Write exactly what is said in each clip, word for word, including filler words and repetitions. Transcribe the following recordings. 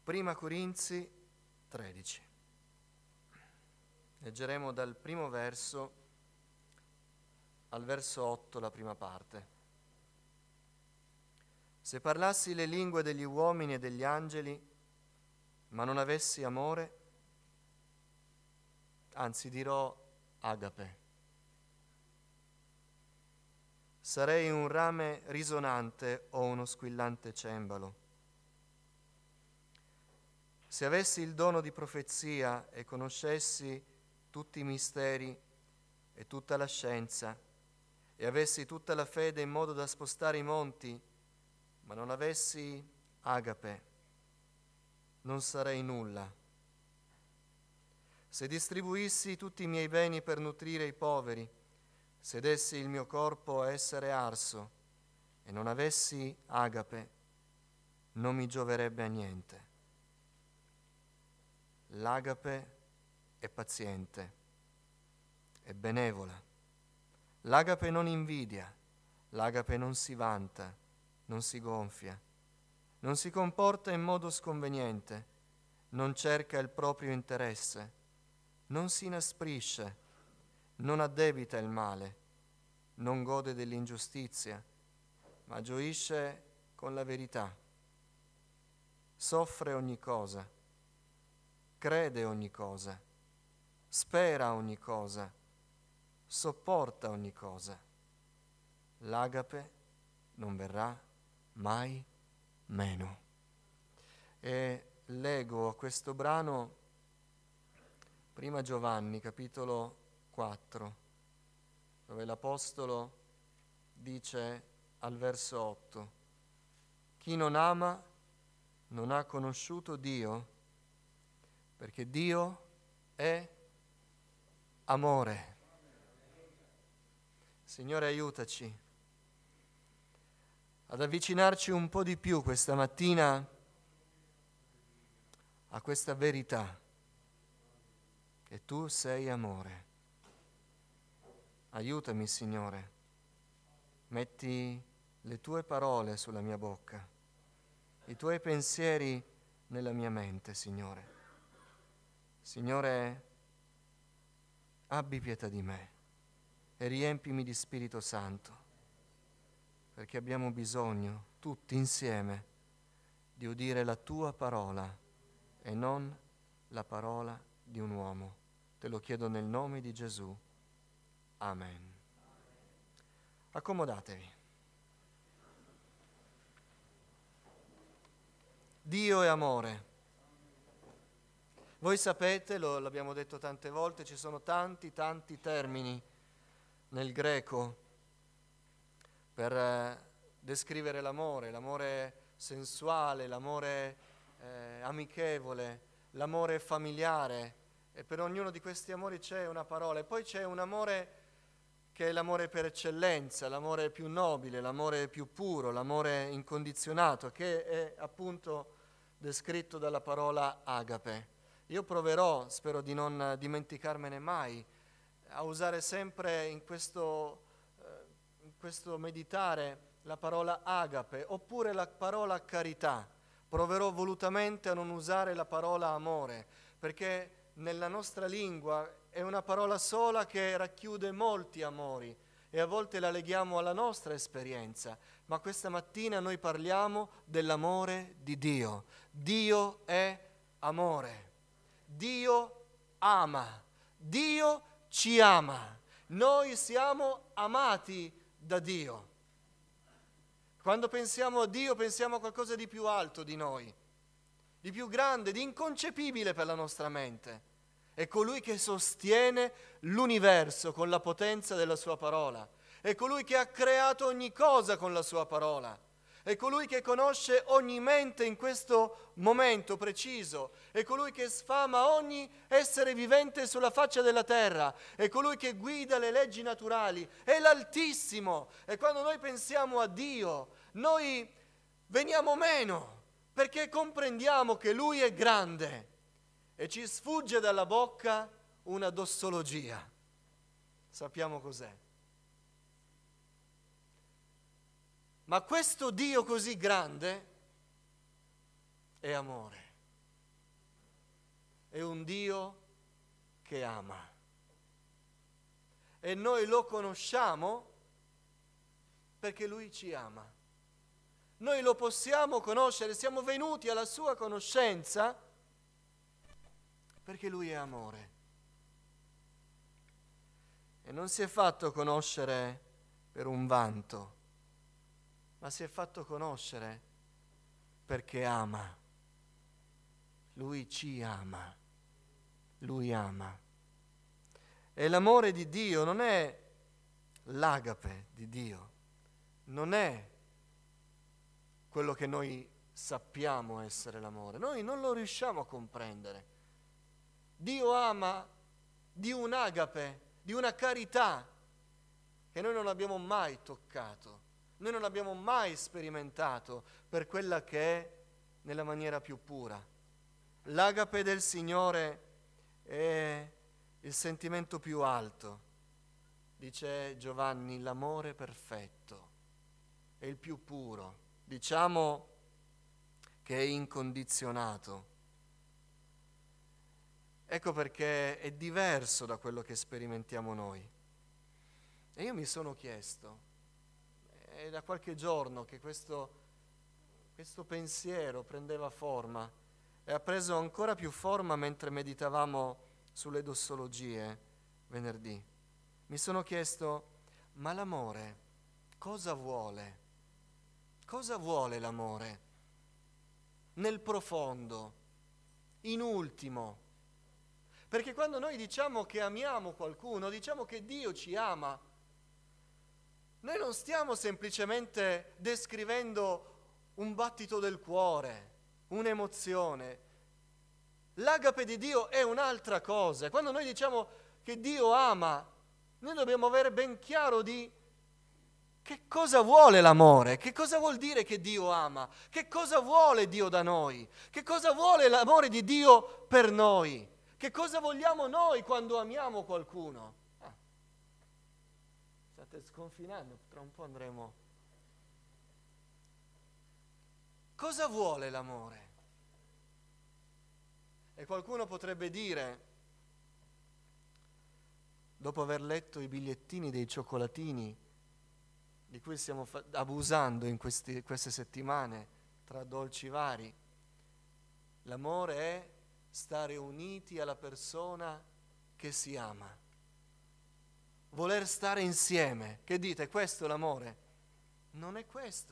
Prima Corinzi tredici. Leggeremo dal primo verso al verso otto la prima parte. Se parlassi le lingue degli uomini e degli angeli, ma non avessi amore, anzi dirò agape, sarei un rame risonante o uno squillante cembalo. Se avessi il dono di profezia e conoscessi tutti i misteri e tutta la scienza, e avessi tutta la fede in modo da spostare i monti, ma non avessi agape, non sarei nulla. Se distribuissi tutti i miei beni per nutrire i poveri, se dessi il mio corpo a essere arso e non avessi agape, non mi gioverebbe a niente. L'agape è paziente, è benevola. L'agape non invidia, l'agape non si vanta, non si gonfia, non si comporta in modo sconveniente, non cerca il proprio interesse, non si inasprisce, non addebita il male, non gode dell'ingiustizia, ma gioisce con la verità. Soffre ogni cosa, crede ogni cosa, spera ogni cosa, sopporta ogni cosa. L'agape non verrà mai meno. E leggo a questo brano prima Giovanni, capitolo quattro, dove l'Apostolo dice al verso otto: chi non ama non ha conosciuto Dio, perché Dio è amore. Signore, aiutaci ad avvicinarci un po' di più questa mattina a questa verità, che tu sei amore. Aiutami, Signore, metti le tue parole sulla mia bocca, i tuoi pensieri nella mia mente, Signore. Signore, abbi pietà di me e riempimi di Spirito Santo, perché abbiamo bisogno, tutti insieme, di udire la tua parola e non la parola di un uomo. Te lo chiedo nel nome di Gesù. Amen. Accomodatevi. Dio è amore. Voi sapete, lo, l'abbiamo detto tante volte, ci sono tanti, tanti termini nel greco per eh, descrivere l'amore, l'amore sensuale, l'amore eh, amichevole, l'amore familiare, e per ognuno di questi amori c'è una parola. E poi c'è un amore che è l'amore per eccellenza, l'amore più nobile, l'amore più puro, l'amore incondizionato, che è appunto descritto dalla parola agape. Io proverò, spero di non dimenticarmene mai, a usare sempre in questo, eh, in questo meditare la parola agape oppure la parola carità. Proverò volutamente a non usare la parola amore, perché nella nostra lingua è una parola sola che racchiude molti amori e a volte la leghiamo alla nostra esperienza, ma questa mattina noi parliamo dell'amore di Dio. Dio è amore. Dio ama, Dio ci ama, noi siamo amati da Dio. Quando pensiamo a Dio pensiamo a qualcosa di più alto di noi, di più grande, di inconcepibile per la nostra mente. È colui che sostiene l'universo con la potenza della sua parola, è colui che ha creato ogni cosa con la sua parola. È colui che conosce ogni mente in questo momento preciso, è colui che sfama ogni essere vivente sulla faccia della terra, è colui che guida le leggi naturali, è l'Altissimo. E quando noi pensiamo a Dio, noi veniamo meno, perché comprendiamo che Lui è grande e ci sfugge dalla bocca una dossologia. Sappiamo cos'è. Ma questo Dio così grande è amore. è un Dio che ama. E noi lo conosciamo perché Lui ci ama. Noi lo possiamo conoscere, siamo venuti alla sua conoscenza perché Lui è amore. E non si è fatto conoscere per un vanto, ma si è fatto conoscere perché ama. Lui ci ama. Lui ama. E l'amore di Dio non è l'agape di Dio, non è quello che noi sappiamo essere l'amore. Noi non lo riusciamo a comprendere. Dio ama di un agape, di una carità che noi non abbiamo mai toccato, noi non abbiamo mai sperimentato per quella che è nella maniera più pura. L'agape del Signore è il sentimento più alto. Dice Giovanni, l'amore perfetto, è il più puro. Diciamo che è incondizionato. Ecco perché è diverso da quello che sperimentiamo noi. E io mi sono chiesto, è da qualche giorno che questo, questo pensiero prendeva forma e ha preso ancora più forma mentre meditavamo sulle dossologie venerdì. Mi sono chiesto, ma l'amore cosa vuole? Cosa vuole l'amore? Nel profondo, in ultimo. Perché quando noi diciamo che amiamo qualcuno, diciamo che Dio ci ama, noi non stiamo semplicemente descrivendo un battito del cuore, un'emozione. L'agape di Dio è un'altra cosa. Quando noi diciamo che Dio ama, noi dobbiamo avere ben chiaro di che cosa vuole l'amore, che cosa vuol dire che Dio ama, che cosa vuole Dio da noi, che cosa vuole l'amore di Dio per noi, che cosa vogliamo noi quando amiamo qualcuno. Ah, state sconfinando, tra un po' andremo. Cosa vuole l'amore? E qualcuno potrebbe dire, dopo aver letto i bigliettini dei cioccolatini di cui stiamo fa- abusando in questi, queste settimane, tra dolci vari, l'amore è stare uniti alla persona che si ama, voler stare insieme. Che dite, questo è l'amore? Non è questo.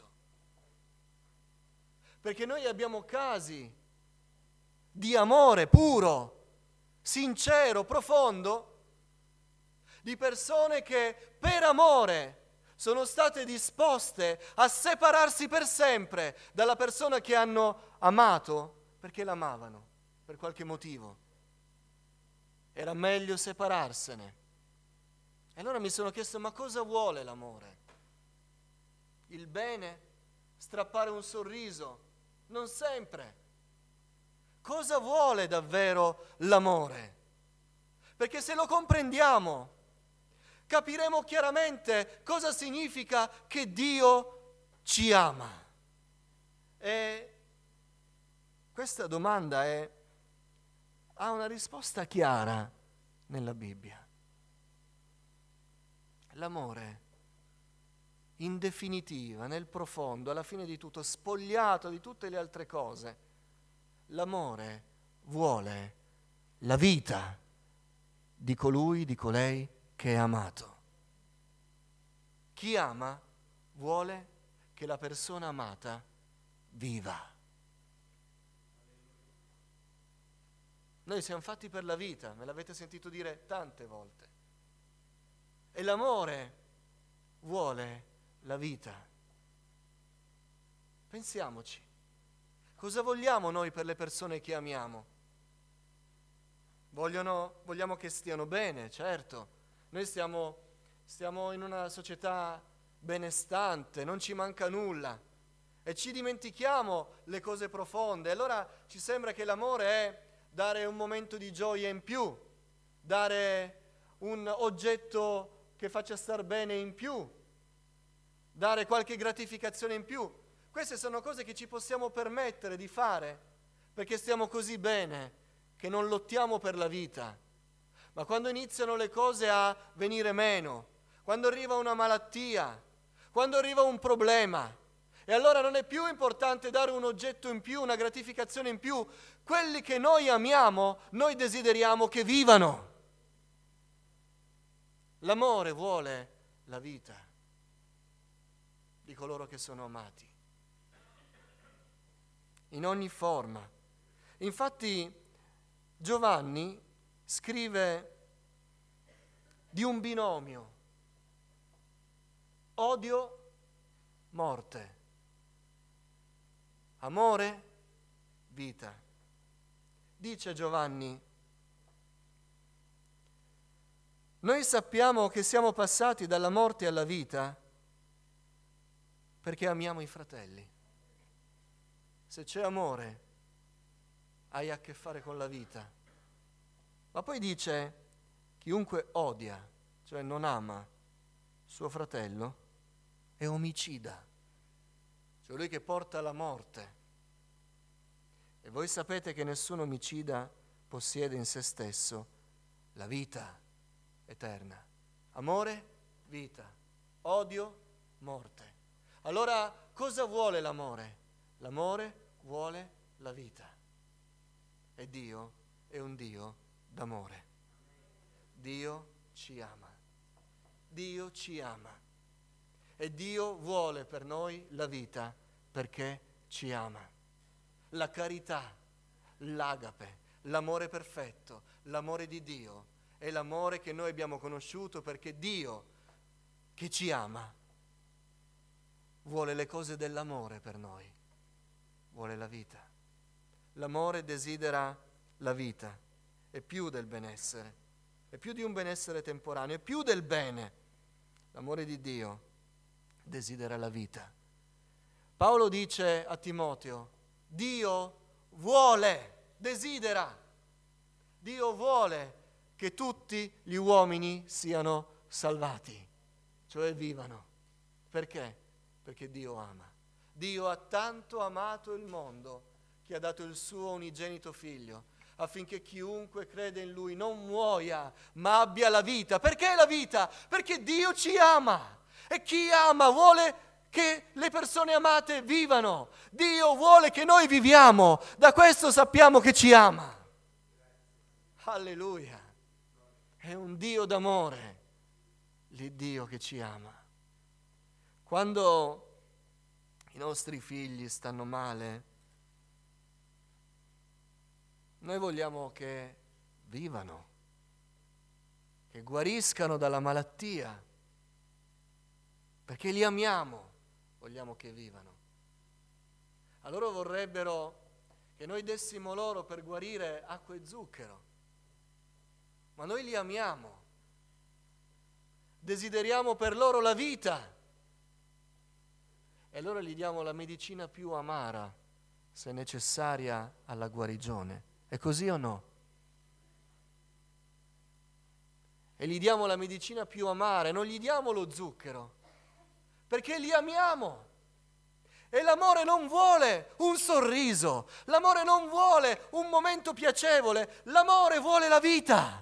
Perché noi abbiamo casi di amore puro, sincero, profondo, di persone che per amore sono state disposte a separarsi per sempre dalla persona che hanno amato perché l'amavano, per qualche motivo. Era meglio separarsene. E allora mi sono chiesto, ma cosa vuole l'amore? Il bene? Strappare un sorriso? Non sempre. Cosa vuole davvero l'amore? Perché se lo comprendiamo, capiremo chiaramente cosa significa che Dio ci ama. E questa domanda è, ha una risposta chiara nella Bibbia. L'amore, in definitiva, nel profondo, alla fine di tutto, spogliato di tutte le altre cose, l'amore vuole la vita di colui, di colei che è amato. Chi ama vuole che la persona amata viva. Noi siamo fatti per la vita, me l'avete sentito dire tante volte. E l'amore vuole la vita. Pensiamoci, cosa vogliamo noi per le persone che amiamo? Vogliono, vogliamo che stiano bene, certo. Noi stiamo, stiamo in una società benestante, non ci manca nulla e ci dimentichiamo le cose profonde. Allora ci sembra che l'amore è dare un momento di gioia in più, dare un oggetto che faccia star bene in più, dare qualche gratificazione in più. Queste sono cose che ci possiamo permettere di fare perché stiamo così bene che non lottiamo per la vita, ma quando iniziano le cose a venire meno, quando arriva una malattia, quando arriva un problema, e allora non è più importante dare un oggetto in più, una gratificazione in più. Quelli che noi amiamo, noi desideriamo che vivano. L'amore vuole la vita di coloro che sono amati, in ogni forma. Infatti Giovanni scrive di un binomio, odio, morte, amore, vita. Dice Giovanni: noi sappiamo che siamo passati dalla morte alla vita perché amiamo i fratelli. Se c'è amore, hai a che fare con la vita. Ma poi dice: chiunque odia, cioè non ama suo fratello, è omicida, cioè lui che porta la morte. E voi sapete che nessun omicida possiede in se stesso la vita eterna. Amore, vita. Odio, morte. Allora cosa vuole l'amore? L'amore vuole la vita. E Dio è un Dio d'amore. Dio ci ama. Dio ci ama. E Dio vuole per noi la vita perché ci ama. La carità, l'agape, l'amore perfetto, l'amore di Dio è l'amore che noi abbiamo conosciuto perché Dio, che ci ama, vuole le cose dell'amore per noi, vuole la vita. L'amore desidera la vita, è più del benessere, è più di un benessere temporaneo, è più del bene. L'amore di Dio desidera la vita. Paolo dice a Timoteo: Dio vuole, desidera, Dio vuole che tutti gli uomini siano salvati, cioè vivano. Perché? Perché Dio ama. Dio ha tanto amato il mondo che ha dato il suo unigenito figlio, affinché chiunque crede in Lui non muoia, ma abbia la vita. Perché la vita? Perché Dio ci ama. E chi ama vuole che le persone amate vivano. Dio vuole che noi viviamo. Da questo sappiamo che ci ama. Alleluia. È un Dio d'amore, l'Iddio che ci ama. Quando i nostri figli stanno male, noi vogliamo che vivano, che guariscano dalla malattia, perché li amiamo, vogliamo che vivano. A loro vorrebbero che noi dessimo loro per guarire acqua e zucchero, ma noi li amiamo, desideriamo per loro la vita e allora gli diamo la medicina più amara, se necessaria, alla guarigione. È così o no? E gli diamo la medicina più amara, non gli diamo lo zucchero, perché li amiamo. E l'amore non vuole un sorriso, l'amore non vuole un momento piacevole, l'amore vuole la vita.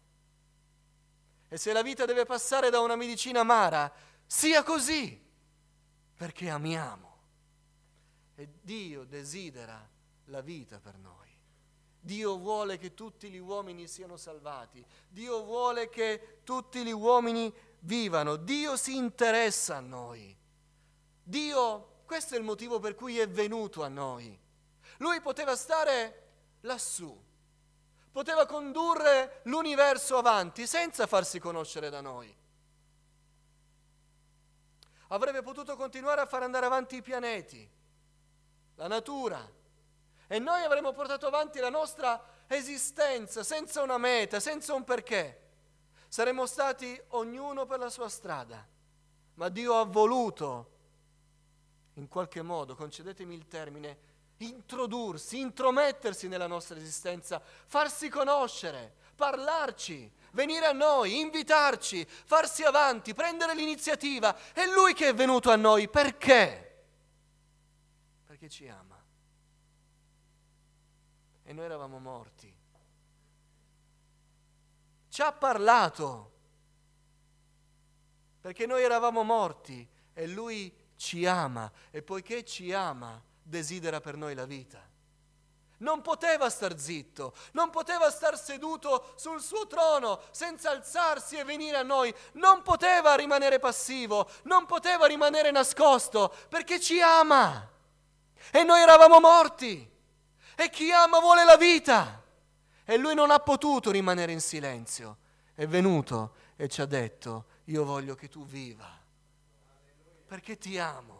E se la vita deve passare da una medicina amara, sia così, perché amiamo. E Dio desidera la vita per noi. Dio vuole che tutti gli uomini siano salvati. Dio vuole che tutti gli uomini vivano. Dio si interessa a noi. Dio, questo è il motivo per cui è venuto a noi. Lui poteva stare lassù, poteva condurre l'universo avanti senza farsi conoscere da noi. Avrebbe potuto continuare a far andare avanti i pianeti, la natura, e noi avremmo portato avanti la nostra esistenza senza una meta, senza un perché. Saremmo stati ognuno per la sua strada, ma Dio ha voluto, in qualche modo, concedetemi il termine, introdursi, intromettersi nella nostra esistenza, farsi conoscere, parlarci, venire a noi, invitarci, farsi avanti, prendere l'iniziativa. È Lui che è venuto a noi. Perché? Perché ci ama. E noi eravamo morti ci ha parlato, perché noi eravamo morti e Lui ci ama, e poiché ci ama desidera per noi la vita. Non poteva star zitto, non poteva star seduto sul suo trono senza alzarsi e venire a noi, non poteva rimanere passivo, non poteva rimanere nascosto, perché ci ama e noi eravamo morti e chi ama vuole la vita e Lui non ha potuto rimanere in silenzio, è venuto e ci ha detto: io voglio che tu viva perché ti amo.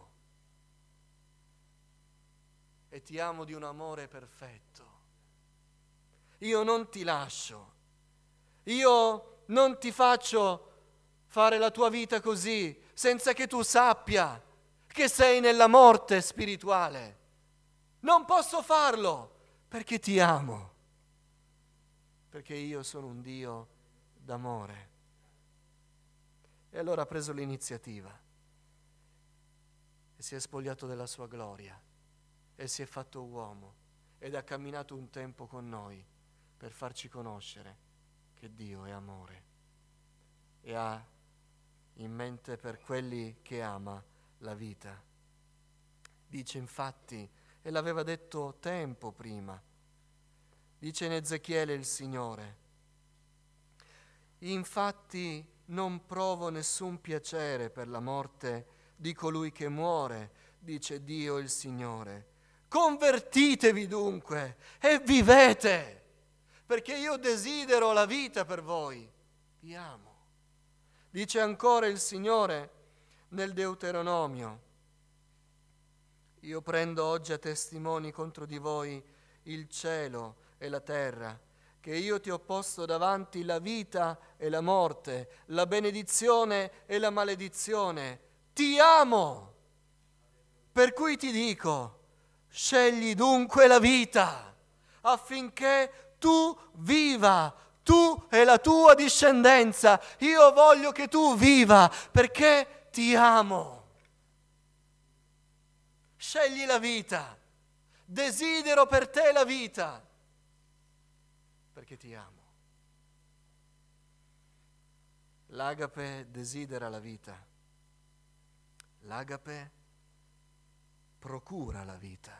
E ti amo di un amore perfetto. Io non ti lascio, io non ti faccio fare la tua vita così, senza che tu sappia che sei nella morte spirituale. Non posso farlo, perché ti amo, perché io sono un Dio d'amore. E allora ha preso l'iniziativa e si è spogliato della sua gloria e si è fatto uomo ed ha camminato un tempo con noi per farci conoscere che Dio è amore e ha in mente per quelli che ama la vita. Dice infatti, e l'aveva detto tempo prima, dice in Ezechiele il Signore: infatti non provo nessun piacere per la morte di colui che muore, dice Dio il Signore. Convertitevi dunque e vivete, perché io desidero la vita per voi, vi amo. Dice ancora il Signore nel Deuteronomio: io prendo oggi a testimoni contro di voi il cielo e la terra, che io ti ho posto davanti la vita e la morte, la benedizione e la maledizione. Ti amo, per cui ti dico: scegli dunque la vita, affinché tu viva, tu e la tua discendenza. Io voglio che tu viva, perché ti amo. Scegli la vita, desidero per te la vita, perché ti amo. L'agape desidera la vita, l'agape procura la vita.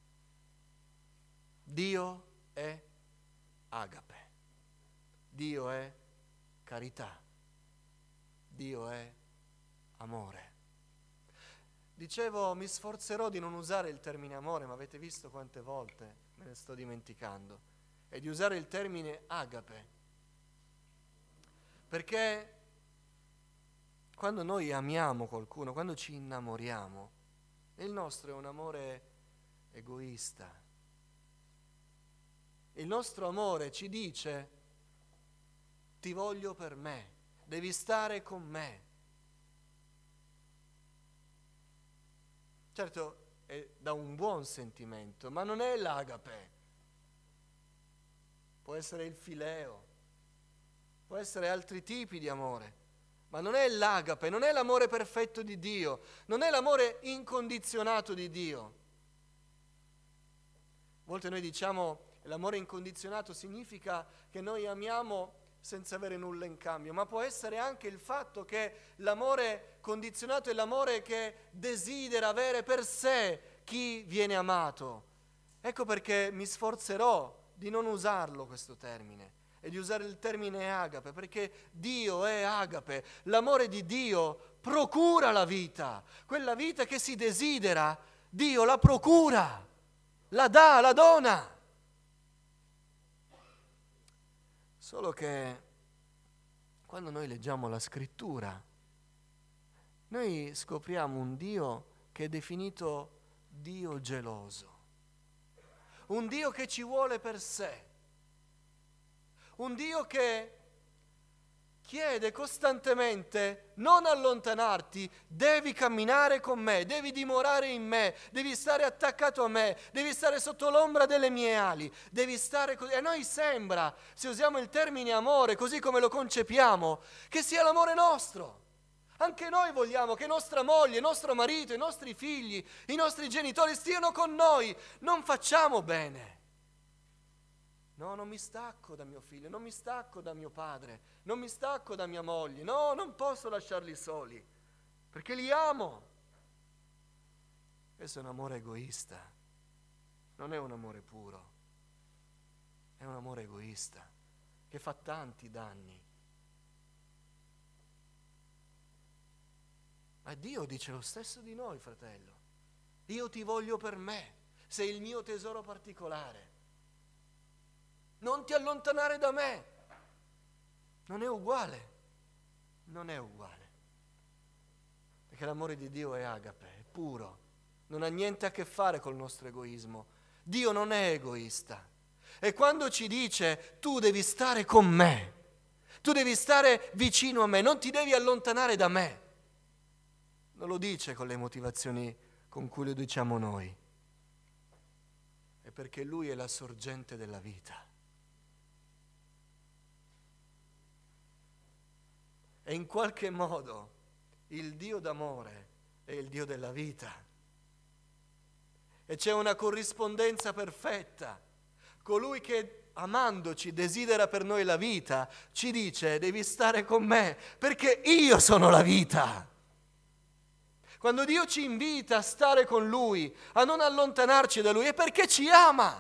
Dio è agape, Dio è carità, Dio è amore. Dicevo, mi sforzerò di non usare il termine amore, ma avete visto quante volte me ne sto dimenticando, e di usare il termine agape, perché quando noi amiamo qualcuno, quando ci innamoriamo, il nostro è un amore egoista. Il nostro amore ci dice: ti voglio per me, devi stare con me. Certo, è da un buon sentimento, ma non è l'agape. Può essere il fileo, può essere altri tipi di amore, ma non è l'agape, non è l'amore perfetto di Dio, non è l'amore incondizionato di Dio. A volte noi diciamo l'amore incondizionato significa che noi amiamo senza avere nulla in cambio, ma può essere anche il fatto che l'amore condizionato è l'amore che desidera avere per sé chi viene amato. Ecco perché mi sforzerò di non usarlo questo termine e di usare il termine agape, perché Dio è agape. L'amore di Dio procura la vita, quella vita che si desidera, Dio la procura, la dà, la dona. Solo che quando noi leggiamo la scrittura, noi scopriamo un Dio che è definito Dio geloso, un Dio che ci vuole per sé, un Dio che chiede costantemente: non allontanarti, devi camminare con me, devi dimorare in me, devi stare attaccato a me, devi stare sotto l'ombra delle mie ali, devi stare così. E a noi sembra, se usiamo il termine amore così come lo concepiamo, che sia l'amore nostro. Anche noi vogliamo che nostra moglie, nostro marito, i nostri figli, i nostri genitori stiano con noi. Non facciamo bene. No, non mi stacco da mio figlio, non mi stacco da mio padre, non mi stacco da mia moglie. No, non posso lasciarli soli, perché li amo. Questo è un amore egoista, non è un amore puro, è un amore egoista che fa tanti danni. Ma Dio dice lo stesso di noi, fratello. Io ti voglio per me, sei il mio tesoro particolare. Non ti allontanare da me. Non è uguale, non è uguale. Perché l'amore di Dio è agape, è puro, non ha niente a che fare col nostro egoismo. Dio non è egoista. E quando ci dice tu devi stare con me, tu devi stare vicino a me, non ti devi allontanare da me, non lo dice con le motivazioni con cui lo diciamo noi. È perché Lui è la sorgente della vita. E in qualche modo il Dio d'amore è il Dio della vita. E c'è una corrispondenza perfetta. Colui che amandoci desidera per noi la vita, ci dice devi stare con me perché io sono la vita. Quando Dio ci invita a stare con Lui, a non allontanarci da Lui, è perché ci ama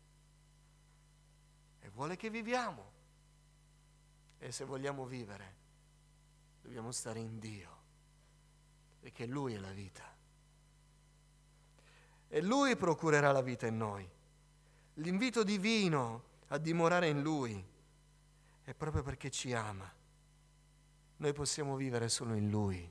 e vuole che viviamo. E se vogliamo vivere, dobbiamo stare in Dio, perché Lui è la vita. E Lui procurerà la vita in noi. L'invito divino a dimorare in Lui è proprio perché ci ama. Noi possiamo vivere solo in Lui.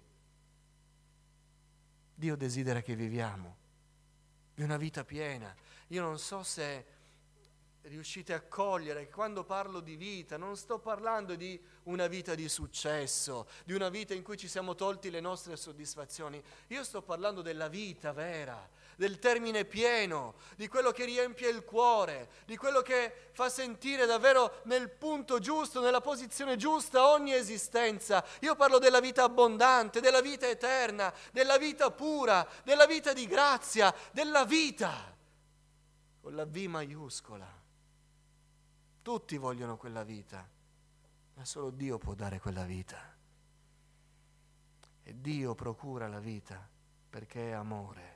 Dio desidera che viviamo di una vita piena. Io non so se riuscite a cogliere che quando parlo di vita non sto parlando di una vita di successo, di una vita in cui ci siamo tolti le nostre soddisfazioni. Io sto parlando della vita vera, del termine pieno, di quello che riempie il cuore, di quello che fa sentire davvero nel punto giusto, nella posizione giusta ogni esistenza. Io parlo della vita abbondante, della vita eterna, della vita pura, della vita di grazia, della vita con la V maiuscola. Tutti vogliono quella vita, ma solo Dio può dare quella vita. E Dio procura la vita perché è amore.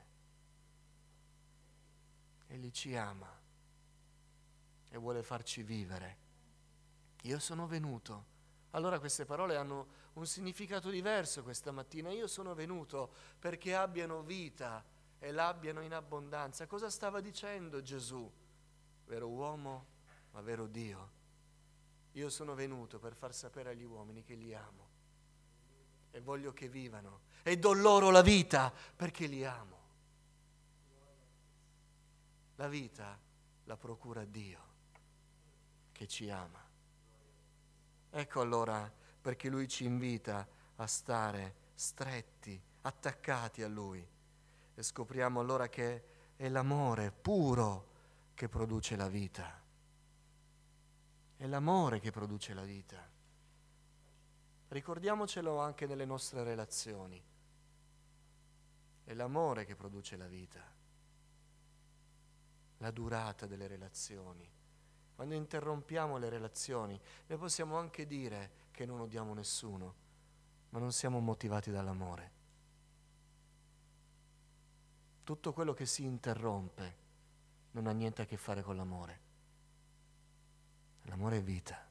Egli ci ama e vuole farci vivere. Io sono venuto. Allora queste parole hanno un significato diverso questa mattina. Io sono venuto perché abbiano vita e l'abbiano in abbondanza. Cosa stava dicendo Gesù? Vero uomo, ma vero Dio. Io sono venuto per far sapere agli uomini che li amo e voglio che vivano e do loro la vita perché li amo. La vita la procura Dio che ci ama. Ecco allora perché Lui ci invita a stare stretti, attaccati a Lui. E scopriamo allora che è l'amore puro che produce la vita. È l'amore che produce la vita. Ricordiamocelo anche nelle nostre relazioni. È l'amore che produce la vita. La durata delle relazioni. Quando interrompiamo le relazioni, noi possiamo anche dire che non odiamo nessuno, ma non siamo motivati dall'amore. Tutto quello che si interrompe non ha niente a che fare con l'amore. L'amore è vita.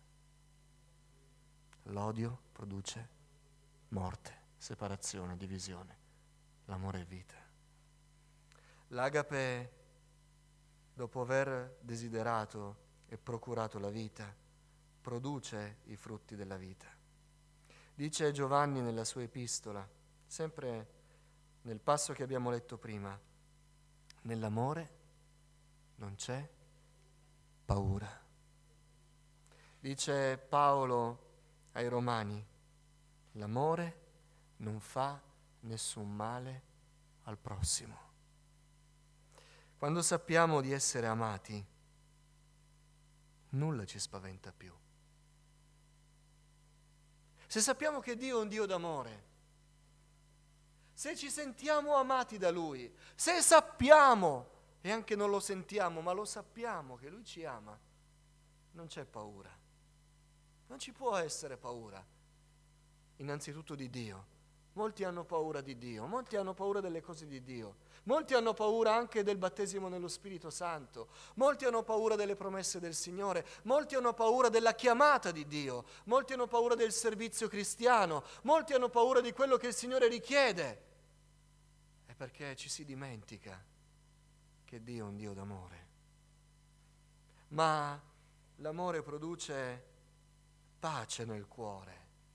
L'odio produce morte, separazione, divisione. L'amore è vita. L'agape, dopo aver desiderato e procurato la vita, produce i frutti della vita. Dice Giovanni nella sua epistola, sempre nel passo che abbiamo letto prima, nell'amore non c'è paura. Dice Paolo ai Romani, l'amore non fa nessun male al prossimo. Quando sappiamo di essere amati, nulla ci spaventa più. Se sappiamo che Dio è un Dio d'amore, se ci sentiamo amati da Lui, se sappiamo, e anche non lo sentiamo, ma lo sappiamo che Lui ci ama, non c'è paura. Non ci può essere paura. Innanzitutto di Dio. Molti hanno paura di Dio, molti hanno paura delle cose di Dio, molti hanno paura anche del battesimo nello Spirito Santo, molti hanno paura delle promesse del Signore, molti hanno paura della chiamata di Dio, molti hanno paura del servizio cristiano, molti hanno paura di quello che il Signore richiede. È perché ci si dimentica che Dio è un Dio d'amore. Ma l'amore produce pace nel cuore.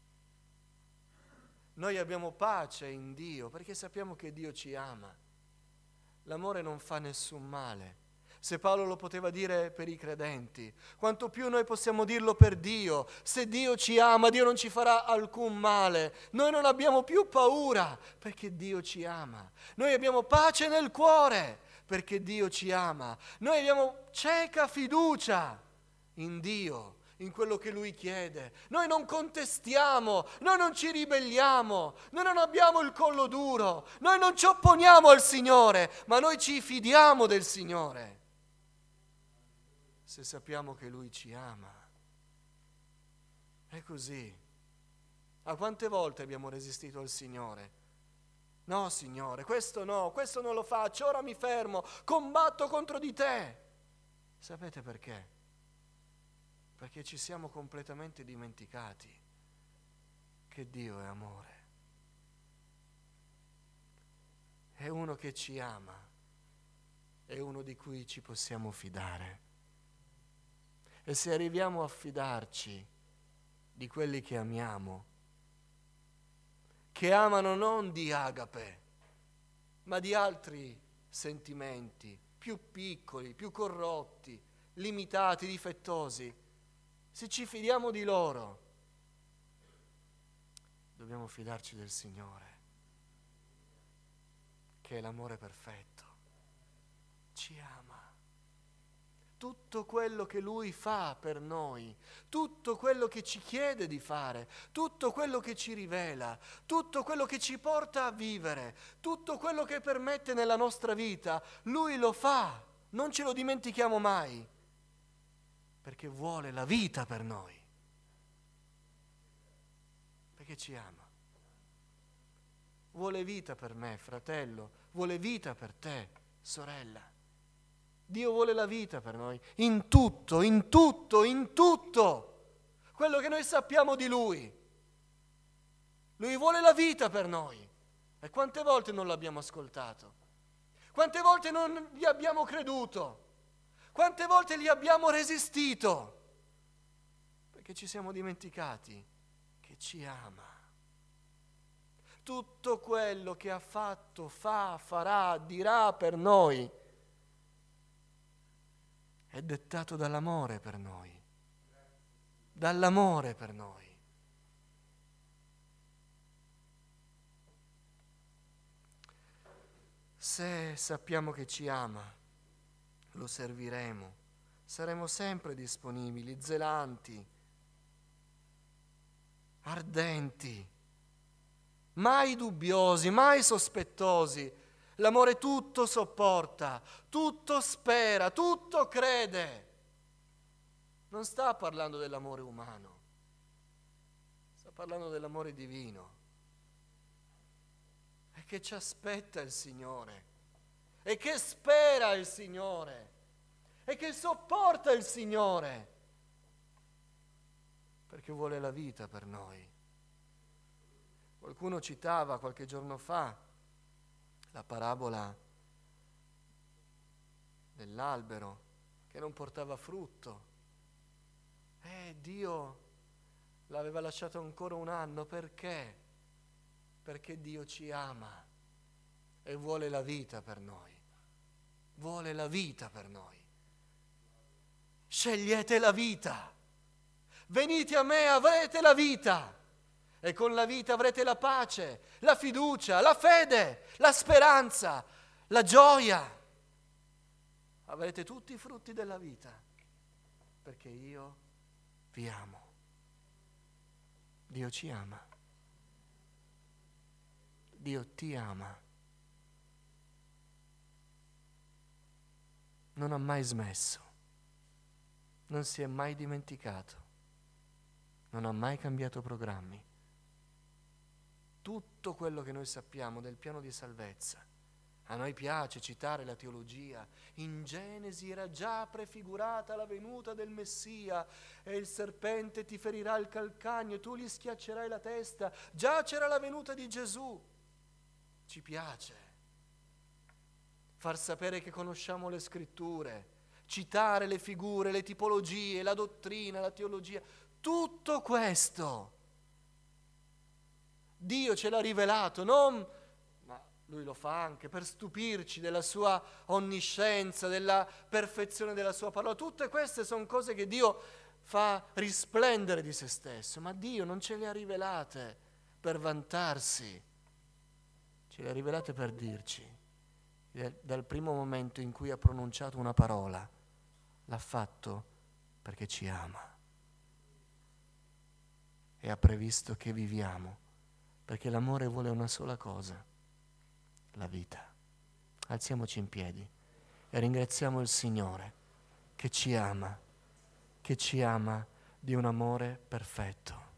Noi abbiamo pace in Dio perché sappiamo che Dio ci ama. L'amore non fa nessun male. Se Paolo lo poteva dire per i credenti, quanto più noi possiamo dirlo per Dio. Se Dio ci ama, Dio non ci farà alcun male. Noi non abbiamo più paura perché Dio ci ama. Noi abbiamo pace nel cuore perché Dio ci ama. Noi abbiamo cieca fiducia in Dio, in quello che Lui chiede. Noi non contestiamo, noi non ci ribelliamo, noi non abbiamo il collo duro, noi non ci opponiamo al Signore, ma noi ci fidiamo del Signore. Se sappiamo che Lui ci ama. È così. A quante volte abbiamo resistito al Signore? No, Signore, questo no, questo non lo faccio, ora mi fermo, combatto contro di te. Sapete perché? Perché ci siamo completamente dimenticati che Dio è amore. È uno che ci ama, è uno di cui ci possiamo fidare. E se arriviamo a fidarci di quelli che amiamo, che amano non di agape, ma di altri sentimenti più piccoli, più corrotti, limitati, difettosi, se ci fidiamo di loro, dobbiamo fidarci del Signore, che è l'amore perfetto. Ci ama. Tutto quello che Lui fa per noi, tutto quello che ci chiede di fare, tutto quello che ci rivela, tutto quello che ci porta a vivere, tutto quello che permette nella nostra vita, Lui lo fa. Non ce lo dimentichiamo mai, perché vuole la vita per noi. Perché ci ama. Vuole vita per me, fratello, vuole vita per te, sorella. Dio vuole la vita per noi, in tutto, in tutto, in tutto. Quello che noi sappiamo di Lui. Lui vuole la vita per noi. E quante volte non l'abbiamo ascoltato? Quante volte non gli abbiamo creduto? Quante volte gli abbiamo resistito? Perché ci siamo dimenticati che ci ama. Tutto quello che ha fatto, fa, farà, dirà per noi è dettato dall'amore per noi, dall'amore per noi. Se sappiamo che ci ama, lo serviremo, saremo sempre disponibili, zelanti, ardenti, mai dubbiosi, mai sospettosi. L'amore tutto sopporta, tutto spera, tutto crede. Non sta parlando dell'amore umano, sta parlando dell'amore divino. E che ci aspetta il Signore, e che spera il Signore, e che sopporta il Signore, perché vuole la vita per noi. Qualcuno citava qualche giorno fa la parabola dell'albero che non portava frutto. Eh, Dio l'aveva lasciato ancora un anno, perché? Perché Dio ci ama e vuole la vita per noi. Vuole la vita per noi. Scegliete la vita. Venite a me, avrete la vita. E con la vita avrete la pace, la fiducia, la fede, la speranza, la gioia. Avrete tutti i frutti della vita, perché io vi amo. Dio ci ama. Dio ti ama. Non ha mai smesso. non si è mai dimenticato, non ha mai cambiato programmi. Tutto quello che noi sappiamo del piano di salvezza, a noi piace citare la teologia, in Genesi era già prefigurata la venuta del Messia e il serpente ti ferirà il calcagno, tu gli schiaccerai la testa, già c'era la venuta di Gesù. Ci piace far sapere che conosciamo le scritture, citare le figure, le tipologie, la dottrina, la teologia, tutto questo Dio ce l'ha rivelato, non, ma Lui lo fa anche per stupirci della sua onniscienza, della perfezione della sua parola. Tutte queste sono cose che Dio fa risplendere di se stesso, ma Dio non ce le ha rivelate per vantarsi, ce le ha rivelate per dirci. Dal primo momento in cui ha pronunciato una parola, l'ha fatto perché ci ama e ha previsto che viviamo, perché l'amore vuole una sola cosa, la vita. Alziamoci in piedi e ringraziamo il Signore che ci ama, che ci ama di un amore perfetto.